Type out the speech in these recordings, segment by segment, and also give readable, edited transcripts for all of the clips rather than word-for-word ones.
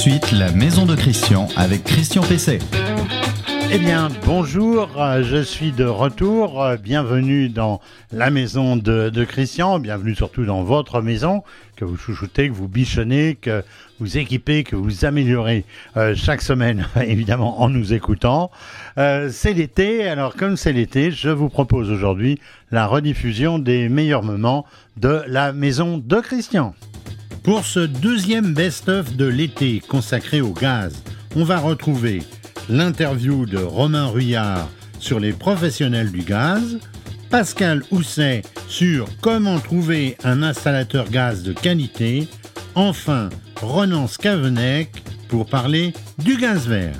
suite la Maison de Christian avec Christian Pesset. Eh bien, bonjour, je suis de retour. Bienvenue dans la maison de Christian. Bienvenue surtout dans votre maison, que vous chouchoutez, que vous bichonnez, que vous équipez, que vous améliorez chaque semaine, évidemment, en nous écoutant. C'est l'été, alors comme c'est l'été, je vous propose aujourd'hui la rediffusion des meilleurs moments de la maison de Christian. Pour ce deuxième best-of de l'été consacré au gaz, on va retrouver l'interview de Romain Ruyard sur les professionnels du gaz, Pascal Housset sur comment trouver un installateur gaz de qualité, enfin Ronan Scavenec pour parler du gaz vert.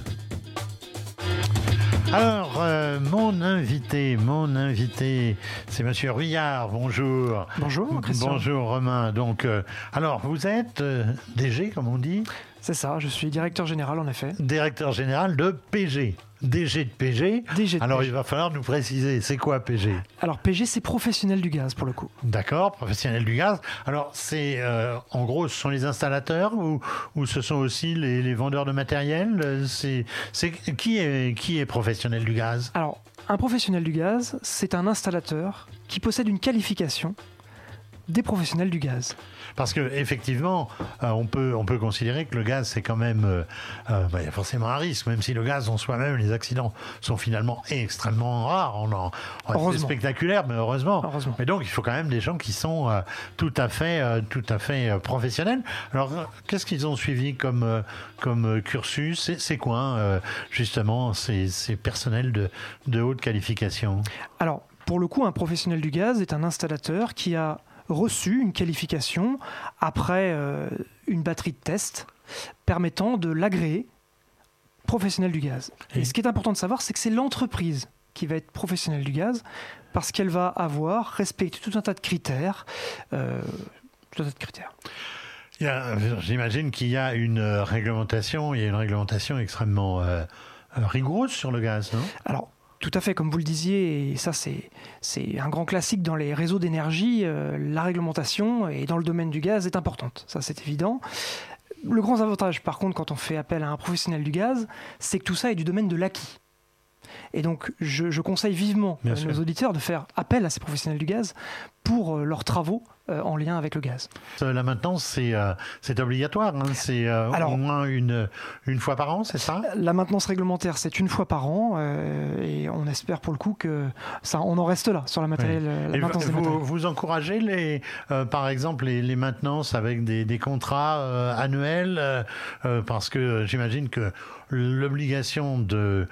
Alors, mon invité, c'est Monsieur Ruyard. Bonjour. Bonjour, Christian. Bonjour, Romain. Donc, alors, vous êtes DG, comme on dit ? C'est ça, je suis directeur général, en effet. Directeur général de PG. DG de PG. DG de Alors, PG. il va falloir nous préciser, c'est quoi PG ? Alors, PG, c'est professionnel du gaz, pour le coup. D'accord, professionnel du gaz. Alors, c'est, en gros, ce sont les installateurs ou ce sont aussi les vendeurs de matériel ? Qui est professionnel du gaz ? Alors, un professionnel du gaz, c'est un installateur qui possède une qualification des professionnels du gaz. Parce que effectivement, on peut considérer que le gaz, c'est quand même, il y a forcément un risque, même si le gaz en soi-même, les accidents sont finalement extrêmement rares. C'est spectaculaire, mais heureusement. Mais donc, il faut quand même des gens qui sont tout à fait professionnels. Alors, qu'est-ce qu'ils ont suivi comme cursus ? C'est quoi, justement, ces personnels de haute qualification ? Alors, pour le coup, un professionnel du gaz est un installateur qui a reçu une qualification après une batterie de tests permettant de l'agréer professionnel du gaz. Et ce qui est important de savoir, c'est que c'est l'entreprise qui va être professionnelle du gaz parce qu'elle va avoir respecté tout un tas de critères. J'imagine qu'il y a une réglementation, extrêmement rigoureuse sur le gaz, non ? Alors, tout à fait, comme vous le disiez, et ça c'est un grand classique dans les réseaux d'énergie, la réglementation et dans le domaine du gaz est importante, ça c'est évident. Le grand avantage par contre quand on fait appel à un professionnel du gaz, c'est que tout ça est du domaine de l'acquis. Et donc je conseille vivement nos auditeurs de faire appel à ces professionnels du gaz pour leurs travaux en lien avec le gaz. La maintenance, c'est obligatoire, hein. C'est au moins une fois par an, c'est ça ? La maintenance réglementaire, c'est une fois par an, et on espère pour le coup que ça, on en reste là sur la matériel. Oui. La maintenance des matériels. Vous encouragez par exemple les maintenances avec des contrats annuels, parce que j'imagine que l'obligation de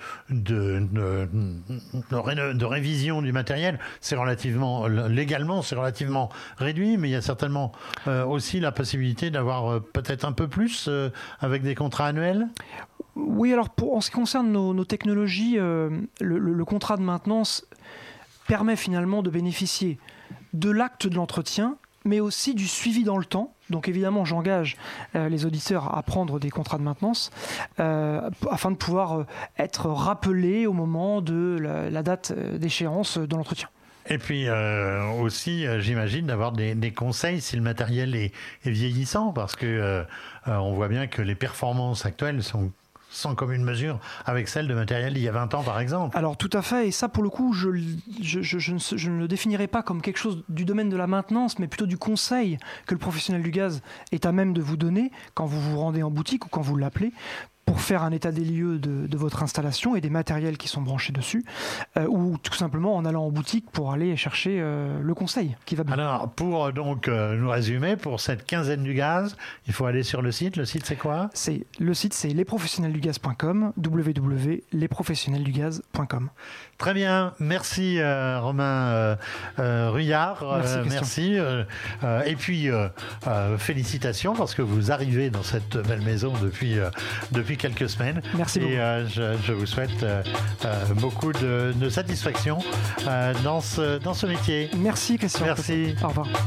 révision du matériel, c'est légalement réduit, mais il y a certainement aussi la possibilité d'avoir peut-être un peu plus avec des contrats annuels. Oui, alors en ce qui concerne nos technologies, le contrat de maintenance permet finalement de bénéficier de l'acte de l'entretien, mais aussi du suivi dans le temps. Donc évidemment, j'engage les auditeurs à prendre des contrats de maintenance afin de pouvoir être rappelés au moment de la date d'échéance de l'entretien. Et puis aussi, j'imagine, d'avoir des conseils si le matériel est vieillissant, parce que on voit bien que les performances actuelles sont sans commune mesure avec celles de matériel d'il y a 20 ans, par exemple. Alors tout à fait, et ça pour le coup, je ne le définirais pas comme quelque chose du domaine de la maintenance, mais plutôt du conseil que le professionnel du gaz est à même de vous donner quand vous vous rendez en boutique ou quand vous l'appelez, pour faire un état des lieux de votre installation et des matériels qui sont branchés dessus, ou tout simplement en allant en boutique pour aller chercher le conseil qui va bien. Alors, pour donc nous résumer, pour cette quinzaine du gaz, il faut aller sur le site. Le site, c'est quoi ? Le site, c'est lesprofessionnelsdugaz.com, www.lesprofessionnelsdugaz.com. Très bien, merci Romain Ruyard. Merci. Et puis, félicitations parce que vous arrivez dans cette belle maison depuis quelques semaines. Merci beaucoup. Et je vous souhaite beaucoup de satisfaction dans ce métier. Merci Christian. Merci. Au revoir.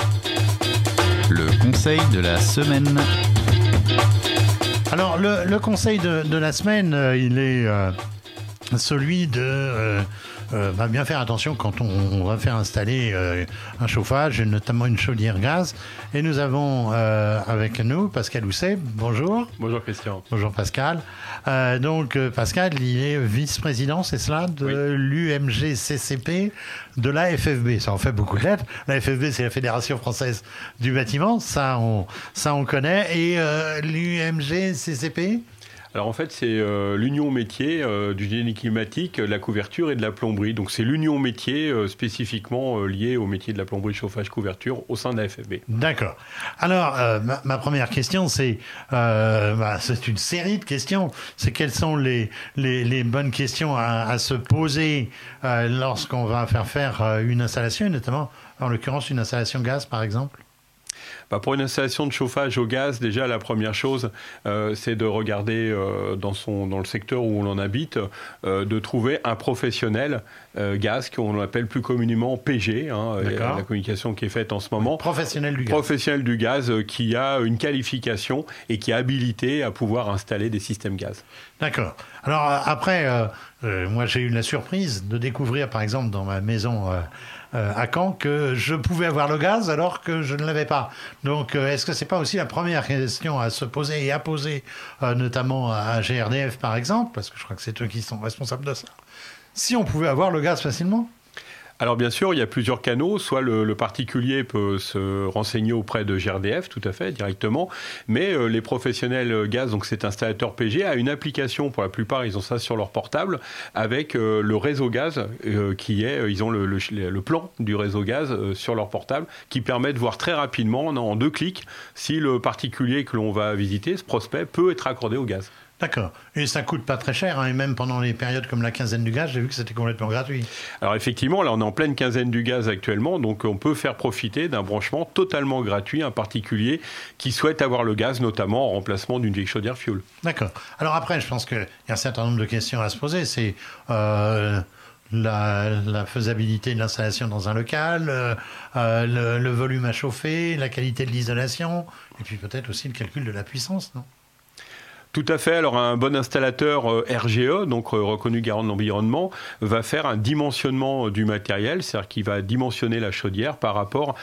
Le conseil de la semaine. Alors, le conseil de la semaine, il est celui de va bien faire attention quand on va faire installer un chauffage, et notamment une chaudière gaz. Et nous avons avec nous Pascal Housset. Bonjour. Bonjour Christian. Bonjour Pascal. Donc Pascal, il est vice-président, c'est cela, de l'UMGCCP de la FFB. Ça en fait beaucoup de lettres. La FFB, c'est la Fédération Française du Bâtiment. Ça, on connaît. Et l'UMGCCP ? Alors en fait, c'est l'union métier du génie climatique, de la couverture et de la plomberie. Donc c'est l'union métier spécifiquement liée au métier de la plomberie, chauffage, couverture au sein de la FFB. D'accord. Alors ma première question, c'est une série de questions. C'est quelles sont les bonnes questions à se poser lorsqu'on va faire une installation, notamment en l'occurrence une installation gaz par exemple? Pour une installation de chauffage au gaz, déjà la première chose, c'est de regarder dans le secteur où l'on habite, de trouver un professionnel gaz qu'on appelle plus communément PG, la communication qui est faite en ce moment. Professionnel du gaz. Professionnel du gaz qui a une qualification et qui est habilité à pouvoir installer des systèmes gaz. D'accord. Alors après, moi j'ai eu la surprise de découvrir par exemple dans ma maison à Caen que je pouvais avoir le gaz alors que je ne l'avais pas. Donc est-ce que c'est pas aussi la première question à se poser et à poser notamment à GRDF par exemple, parce que je crois que c'est eux qui sont responsables de ça, si on pouvait avoir le gaz facilement? Alors bien sûr, il y a plusieurs canaux. Soit le particulier peut se renseigner auprès de GRDF, tout à fait, directement. Mais les professionnels gaz, donc cet installateur PG, a une application, pour la plupart, ils ont ça sur leur portable, avec le réseau gaz, ils ont le plan du réseau gaz sur leur portable, qui permet de voir très rapidement, en 2 clics, si le particulier que l'on va visiter, ce prospect, peut être accordé au gaz. D'accord. Et ça coûte pas très cher, et même pendant les périodes comme la quinzaine du gaz, j'ai vu que c'était complètement gratuit. Alors effectivement, là on est en pleine quinzaine du gaz actuellement, donc on peut faire profiter d'un branchement totalement gratuit un particulier qui souhaite avoir le gaz, notamment en remplacement d'une vieille chaudière fioul. D'accord. Alors après, je pense qu'il y a un certain nombre de questions à se poser. C'est la faisabilité de l'installation dans un local, le volume à chauffer, la qualité de l'isolation, et puis peut-être aussi le calcul de la puissance, non ? Tout à fait. Alors, un bon installateur RGE, donc reconnu garant de l'environnement, va faire un dimensionnement du matériel, c'est-à-dire qu'il va dimensionner la chaudière par rapport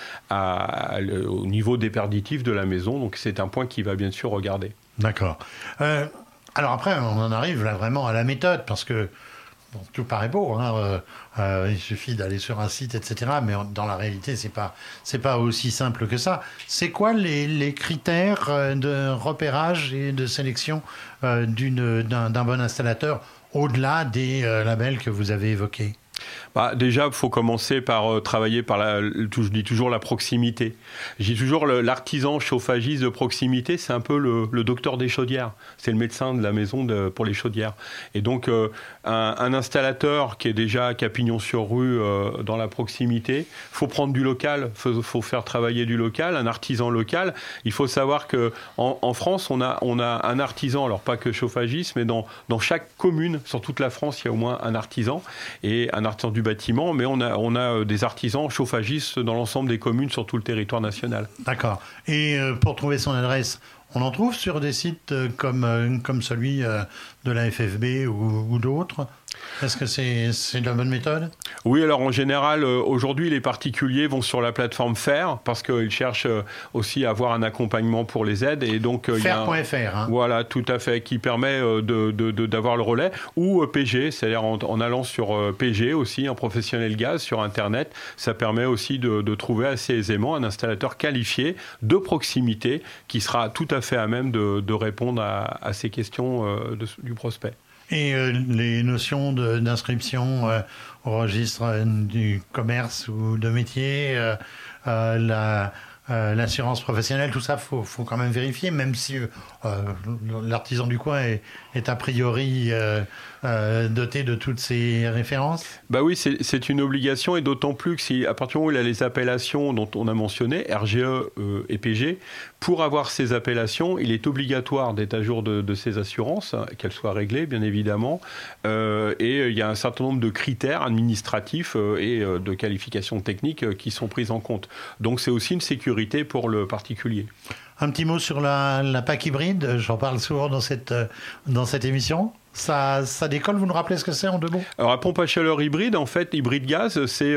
au niveau déperditif de la maison. Donc, c'est un point qu'il va bien sûr regarder. D'accord. Alors après, on en arrive là vraiment à la méthode, parce que tout paraît beau, il suffit d'aller sur un site, etc. Mais dans la réalité, c'est pas aussi simple que ça. C'est quoi les critères de repérage et de sélection d'un bon installateur au-delà des labels que vous avez évoqués ? Déjà, il faut commencer par travailler je dis toujours la proximité. Je dis toujours l'artisan chauffagiste de proximité, c'est un peu le docteur des chaudières. C'est le médecin de la maison pour les chaudières. Et donc, un installateur qui a pignon sur rue dans la proximité, il faut prendre du local, faut faire travailler du local, un artisan local. Il faut savoir qu'en France, on a un artisan, alors pas que chauffagiste, mais dans chaque commune, sur toute la France, il y a au moins un artisan, et un artisan du bâtiment, mais on a des artisans chauffagistes dans l'ensemble des communes sur tout le territoire national. D'accord. Et pour trouver son adresse, on en trouve sur des sites comme celui de la FFB ou d'autres ? Est-ce que c'est de la bonne méthode ? Oui, alors en général, aujourd'hui, les particuliers vont sur la plateforme FAIR parce qu'ils cherchent aussi à avoir un accompagnement pour les aides. Et donc, FAIR.fr. Voilà, tout à fait, qui permet d'avoir le relais. Ou PG, c'est-à-dire en allant sur PG aussi, un professionnel gaz sur Internet. Ça permet aussi de trouver assez aisément un installateur qualifié de proximité qui sera tout à fait à même de répondre à ces questions du prospect. Et les notions d'inscription au registre du commerce ou de métier, l'assurance professionnelle, tout ça, faut quand même vérifier, même si l'artisan du coin est a priori doté de toutes ces références. Oui, c'est une obligation, et d'autant plus que si, à partir du moment où il a les appellations dont on a mentionné, RGE et PG, pour avoir ces appellations, il est obligatoire d'être à jour de ces assurances, qu'elles soient réglées, bien évidemment, et il y a un certain nombre de critères administratifs et de qualifications techniques qui sont prises en compte. Donc c'est aussi une sécurité pour le particulier. Un petit mot sur la PAC hybride, j'en parle souvent dans cette émission. Ça décolle, vous nous rappelez ce que c'est en 2 mots? Alors la pompe à chaleur hybride, en fait, hybride gaz,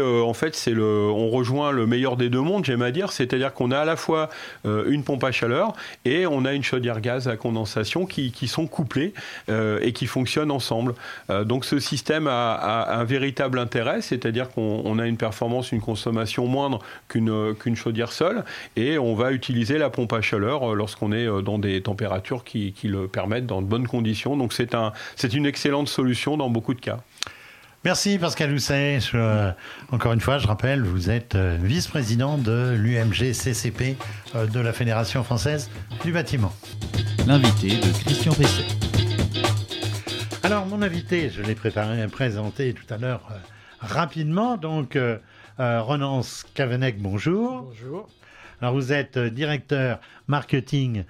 on rejoint le meilleur des 2 mondes, j'aime à dire, c'est-à-dire qu'on a à la fois une pompe à chaleur et on a une chaudière gaz à condensation qui sont couplées et qui fonctionnent ensemble. Donc ce système a un véritable intérêt, c'est-à-dire qu'on a une performance, une consommation moindre qu'une chaudière seule, et on va utiliser la pompe à chaleur lorsqu'on est dans des températures qui le permettent dans de bonnes conditions. Donc c'est une excellente solution dans beaucoup de cas. Merci Pascal Housset. Encore une fois, je rappelle, vous êtes vice-président de l'UMG-CCP de la Fédération française du bâtiment. L'invité de Christian Pesset. Alors, mon invité, je l'ai présenté tout à l'heure rapidement. Donc, Renance Cavenec, bonjour. Bonjour. Alors, vous êtes directeur marketing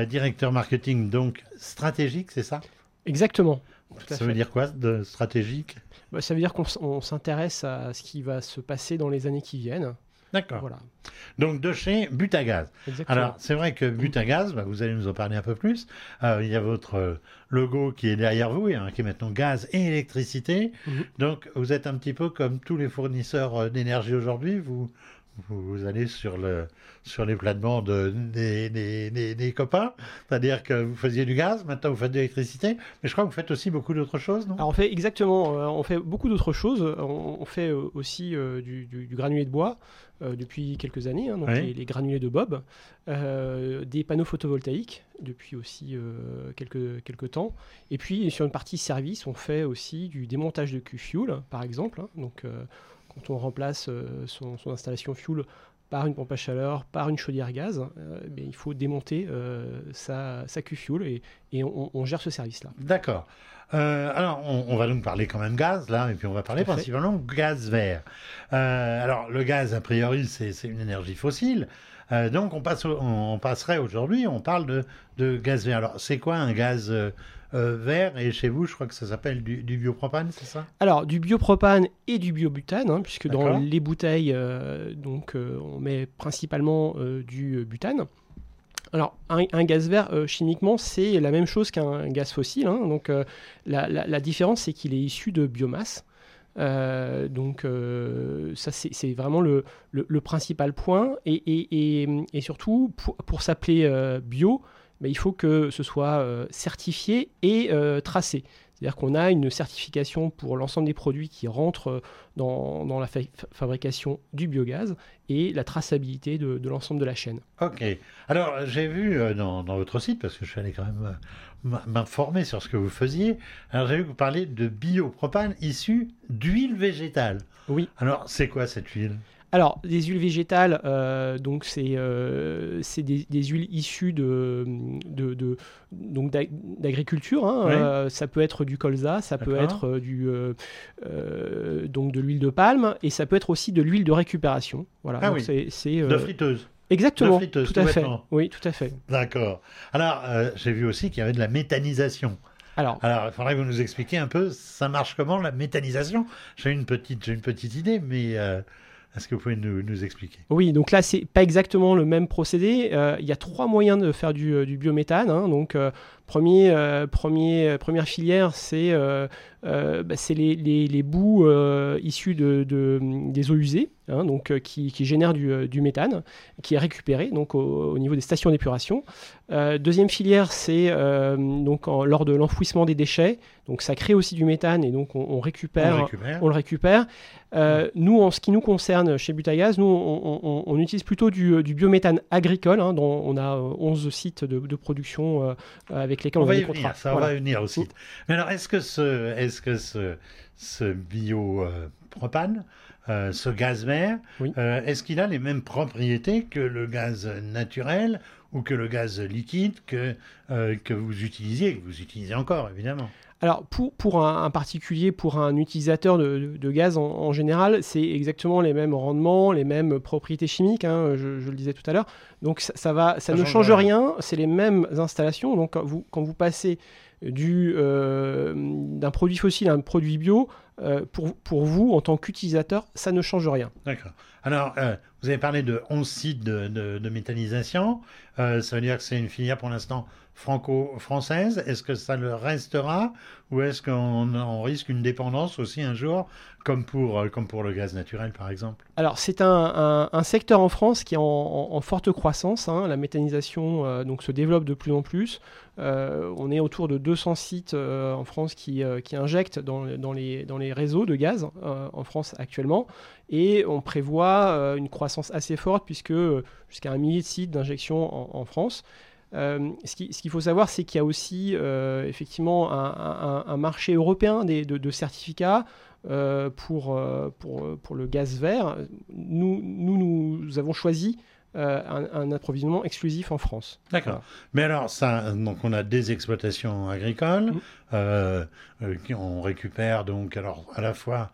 donc stratégique, c'est ça? Exactement. Ça veut dire quoi, de stratégique? Ça veut dire qu'on s'intéresse à ce qui va se passer dans les années qui viennent. D'accord. Voilà. Donc de chez Butagaz. Exactement. Alors c'est vrai que Butagaz, vous allez nous en parler un peu plus. Il y a votre logo qui est derrière vous, qui est maintenant gaz et électricité. Donc vous êtes un petit peu comme tous les fournisseurs d'énergie aujourd'hui. Vous allez sur les platements des copains, c'est-à-dire que vous faisiez du gaz, maintenant vous faites de l'électricité, mais je crois que vous faites aussi beaucoup d'autres choses, non? Alors on fait exactement, on fait beaucoup d'autres choses. On fait aussi du granulé de bois depuis quelques années, donc oui. les granulés de Bob, des panneaux photovoltaïques depuis aussi quelques temps. Et puis sur une partie service, on fait aussi du démontage de Q-Fuel, par exemple. Donc quand on remplace son installation fuel par une pompe à chaleur, par une chaudière gaz, il faut démonter sa Q-Fuel et on gère ce service-là. D'accord. Alors, on va donc parler quand même gaz, là, et puis on va parler principalement gaz vert. Alors, le gaz, a priori, c'est une énergie fossile. Donc, on passerait aujourd'hui, on parle de gaz vert. Alors, c'est quoi un gaz vert? Et chez vous, je crois que ça s'appelle du biopropane, c'est ça? Alors, du biopropane et du biobutane, puisque D'accord. dans les bouteilles, on met principalement du butane. Alors, un gaz vert, chimiquement, c'est la même chose qu'un gaz fossile. Donc, la différence, c'est qu'il est issu de biomasse. Ça, c'est vraiment le principal point. Et surtout, pour s'appeler bio, il faut que ce soit certifié et tracé. C'est-à-dire qu'on a une certification pour l'ensemble des produits qui rentrent dans la fabrication du biogaz et la traçabilité de l'ensemble de la chaîne. Ok. Alors, j'ai vu dans votre site, parce que je suis allé quand même m'informer sur ce que vous faisiez, alors j'ai vu que vous parliez de biopropane issu d'huile végétale. Oui. Alors, c'est quoi cette huile? Alors, des huiles végétales, donc c'est des huiles issues d'agriculture. Oui. Ça peut être du colza, ça peut D'accord. être de l'huile de palme, et ça peut être aussi de l'huile de récupération. Voilà. Ah donc oui. De friteuse. Exactement. De friteuse, tout à fait. complètement. Oui, tout à fait. D'accord. Alors, j'ai vu aussi qu'il y avait de la méthanisation. Alors, il faudrait que vous nous expliquiez un peu, ça marche comment, la méthanisation? J'ai une petite idée, mais est-ce que vous pouvez nous expliquer? oui, donc là, c'est pas exactement le même procédé. Il y a 3 moyens de faire du biométhane. Donc, première filière, c'est les boues issues des eaux usées, qui génèrent du méthane, qui est récupéré donc au niveau des stations d'épuration. Deuxième filière, c'est lors de l'enfouissement des déchets. Donc ça crée aussi du méthane et donc on le récupère. Nous, en ce qui nous concerne chez Butagaz, nous on utilise plutôt du biométhane agricole, dont on a 11 sites de production avec lesquels on a des contrats. On va y venir aussi. Mais alors, est-ce que ce biopropane, ce gaz vert, oui. Est-ce qu'il a les mêmes propriétés que le gaz naturel ou que le gaz liquide que vous utilisiez, que vous utilisez encore, évidemment? Alors, pour un particulier, pour un utilisateur de gaz en général, c'est exactement les mêmes rendements, les mêmes propriétés chimiques, je le disais tout à l'heure. Donc, ça ne change rien, c'est les mêmes installations. Donc, quand vous passez d'un produit fossile à un produit bio, pour vous, en tant qu'utilisateur, ça ne change rien. D'accord. Alors, vous avez parlé de 11 sites de méthanisation. Ça veut dire que c'est une filière pour l'instant franco-française. Est-ce que ça le restera ou est-ce qu'on risque une dépendance aussi un jour, comme pour le gaz naturel par exemple? Alors c'est un secteur en France qui est en forte croissance. La méthanisation donc, se développe de plus en plus. On est autour de 200 sites en France qui injectent dans les réseaux de gaz en France actuellement. Et on prévoit une croissance assez forte puisque jusqu'à 1 millier de sites d'injection en France. Ce qu'il faut savoir, c'est qu'il y a aussi effectivement un marché européen de certificats pour le gaz vert. Nous avons choisi un approvisionnement exclusif en France. D'accord. Voilà. Mais alors, donc on a des exploitations agricoles, on récupère donc alors à la fois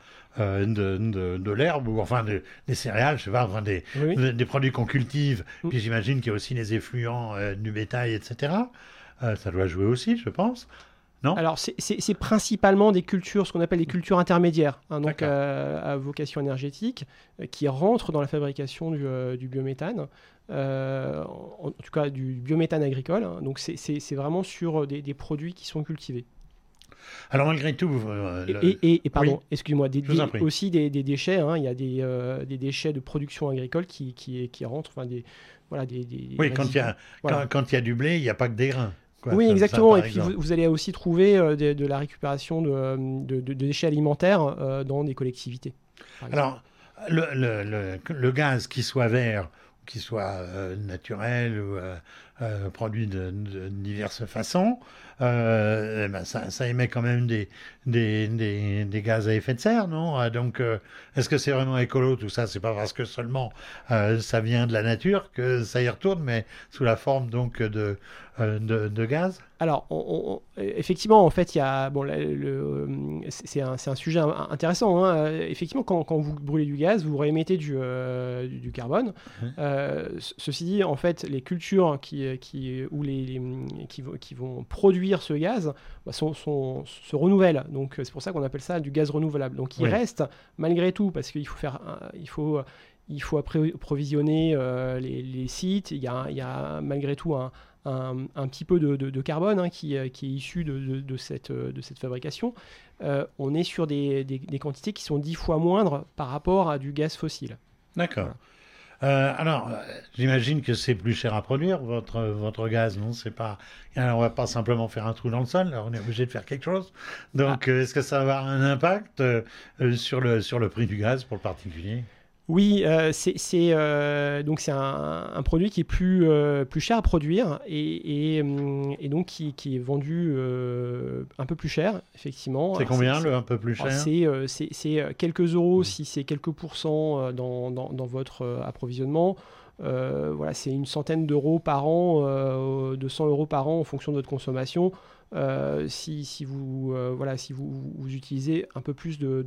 de l'herbe ou enfin des céréales, je sais pas, enfin des produits qu'on cultive. Puis j'imagine qu'il y a aussi les effluents du bétail, etc. Ça doit jouer aussi, je pense. Non ? Alors, c'est principalement des cultures, ce qu'on appelle les cultures intermédiaires, donc à vocation énergétique, qui rentrent dans la fabrication du biométhane, en tout cas du biométhane agricole. Donc, c'est vraiment sur des produits qui sont cultivés. Alors, malgré tout... pardon, excuse-moi, aussi des déchets. Il y a des déchets de production agricole qui rentrent. Enfin, oui, quand il y a du blé, il n'y a pas que des grains. Oui, exactement. Et puis vous allez aussi trouver de la récupération de déchets alimentaires dans des collectivités. Alors, le gaz, qu'il soit vert, qu'il soit naturel ou produit de diverses façons, ça émet quand même des gaz à effet de serre, non ? Donc, est-ce que c'est vraiment écolo tout ça ? C'est pas parce que seulement ça vient de la nature que ça y retourne, mais sous la forme donc de gaz ? Alors, effectivement, en fait, il y a c'est un sujet intéressant. Effectivement, quand vous brûlez du gaz, vous réémettez du carbone. Ceci dit, en fait, les cultures qui vont produire ce gaz se renouvellent. Donc, c'est pour ça qu'on appelle ça du gaz renouvelable. Donc, il reste malgré tout, parce qu'il faut approvisionner les sites. Il y a malgré tout un petit peu de carbone qui est issu de cette fabrication. On est sur des quantités qui sont 10 fois moindres par rapport à du gaz fossile. D'accord. Voilà. Alors, j'imagine que c'est plus cher à produire, votre gaz, non ? On va pas simplement faire un trou dans le sol, là, on est obligé de faire quelque chose. Donc, est-ce que ça va avoir un impact sur le prix du gaz pour le particulier ? Oui, c'est un produit qui est plus cher à produire et donc qui est vendu un peu plus cher, effectivement. C'est combien un peu plus cher ? C'est quelques euros si c'est quelques pourcents dans votre approvisionnement. C'est une centaine d'euros par an, 200 euros par an en fonction de votre consommation. Si vous utilisez un peu plus de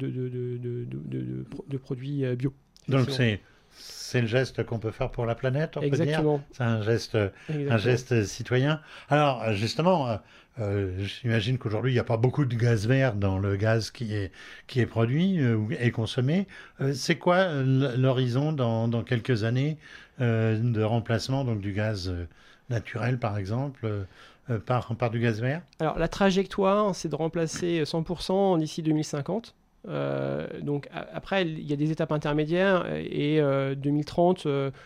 produits bio. Donc c'est le geste qu'on peut faire pour la planète, on peut dire. C'est un geste citoyen. Alors justement, j'imagine qu'aujourd'hui il n'y a pas beaucoup de gaz vert dans le gaz qui est produit et consommé. C'est quoi l'horizon dans quelques années de remplacement donc du gaz naturel par exemple par du gaz vert ? Alors la trajectoire, c'est de remplacer 100% d'ici 2050. Donc après il y a des étapes intermédiaires et 2030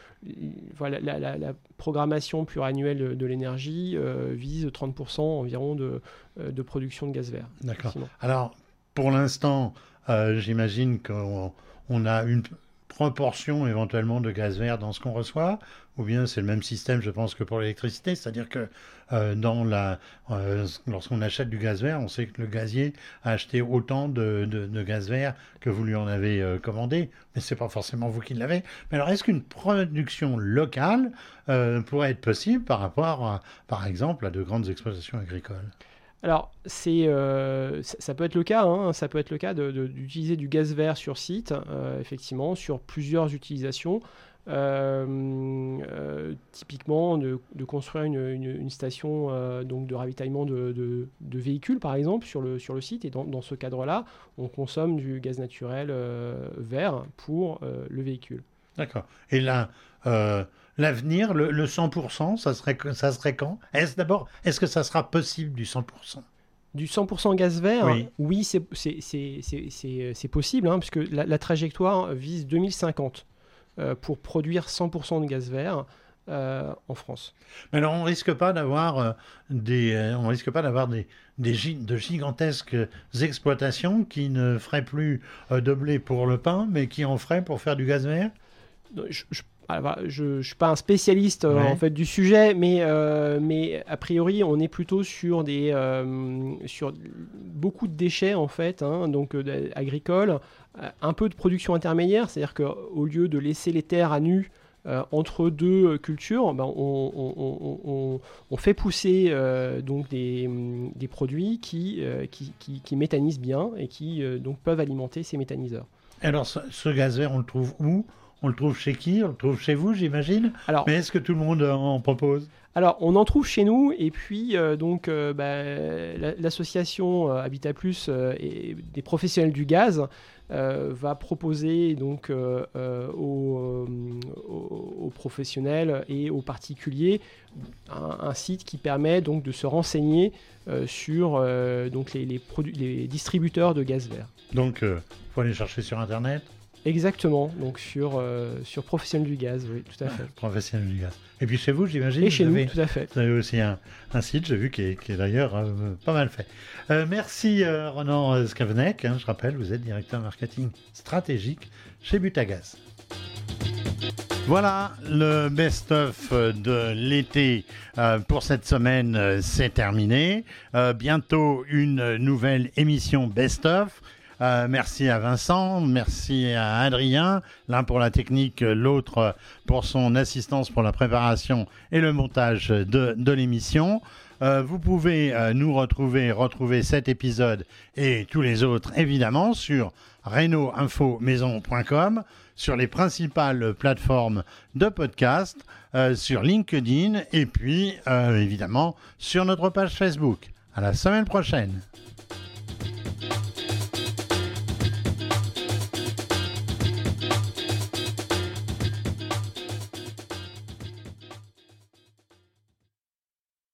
la programmation pluriannuelle de l'énergie vise 30% environ de production de gaz vert. D'accord. Alors pour l'instant j'imagine qu'on a une proportion éventuellement de gaz vert dans ce qu'on reçoit, ou bien c'est le même système, je pense, que pour l'électricité, c'est-à-dire que lorsqu'on achète du gaz vert, on sait que le gazier a acheté autant de gaz vert que vous lui en avez commandé, mais c'est pas forcément vous qui l'avez. Mais alors, est-ce qu'une production locale pourrait être possible par rapport, par exemple, à de grandes exploitations agricoles ? Alors, ça peut être le cas, ça peut être le cas d'utiliser du gaz vert sur site, effectivement, sur plusieurs utilisations. Typiquement, de construire une station donc de ravitaillement de véhicules, par exemple, sur le site. Et dans ce cadre-là, on consomme du gaz naturel vert pour le véhicule. D'accord. Et là, l'avenir, le 100%, ça serait quand? Est-ce que ça sera possible du 100%? Du 100% gaz vert, Oui. oui, c'est possible, hein, puisque la trajectoire vise 2050 pour produire 100% de gaz vert en France. Mais alors, on risque pas d'avoir de gigantesques exploitations qui ne feraient plus de blé pour le pain, mais qui en feraient pour faire du gaz vert? Je suis pas un spécialiste en fait du sujet, mais a priori on est plutôt sur sur beaucoup de déchets en fait, hein, donc agricoles, un peu de production intermédiaire, c'est-à-dire qu'au lieu de laisser les terres à nu entre deux cultures, on fait pousser donc des produits qui méthanisent bien et qui donc peuvent alimenter ces méthaniseurs. Alors, ce gaz vert, on le trouve où? On le trouve chez qui? On le trouve chez vous, j'imagine. Mais est-ce que tout le monde en propose? Alors, on en trouve chez nous, et puis l'association Habitat Plus et des professionnels du gaz va proposer donc aux professionnels et aux particuliers un site qui permet donc de se renseigner sur donc les distributeurs de gaz vert. Donc, faut aller chercher sur Internet. Exactement, donc sur Professionnels du gaz, oui, tout à fait. Professionnels du gaz. Et puis chez vous, j'imagine. Et chez nous, tout à fait. Vous avez aussi un site, j'ai vu, qui est d'ailleurs pas mal fait. Merci Ronan Skavenek, hein, je rappelle, vous êtes directeur marketing stratégique chez Butagaz. Voilà, le best-of de l'été pour cette semaine, c'est terminé. Bientôt une nouvelle émission best-of. Merci à Vincent, merci à Adrien, l'un pour la technique, l'autre pour son assistance pour la préparation et le montage de l'émission. Vous pouvez nous retrouver cet épisode et tous les autres évidemment sur reno-info-maison.com, sur les principales plateformes de podcast, sur LinkedIn et puis évidemment sur notre page Facebook. À la semaine prochaine.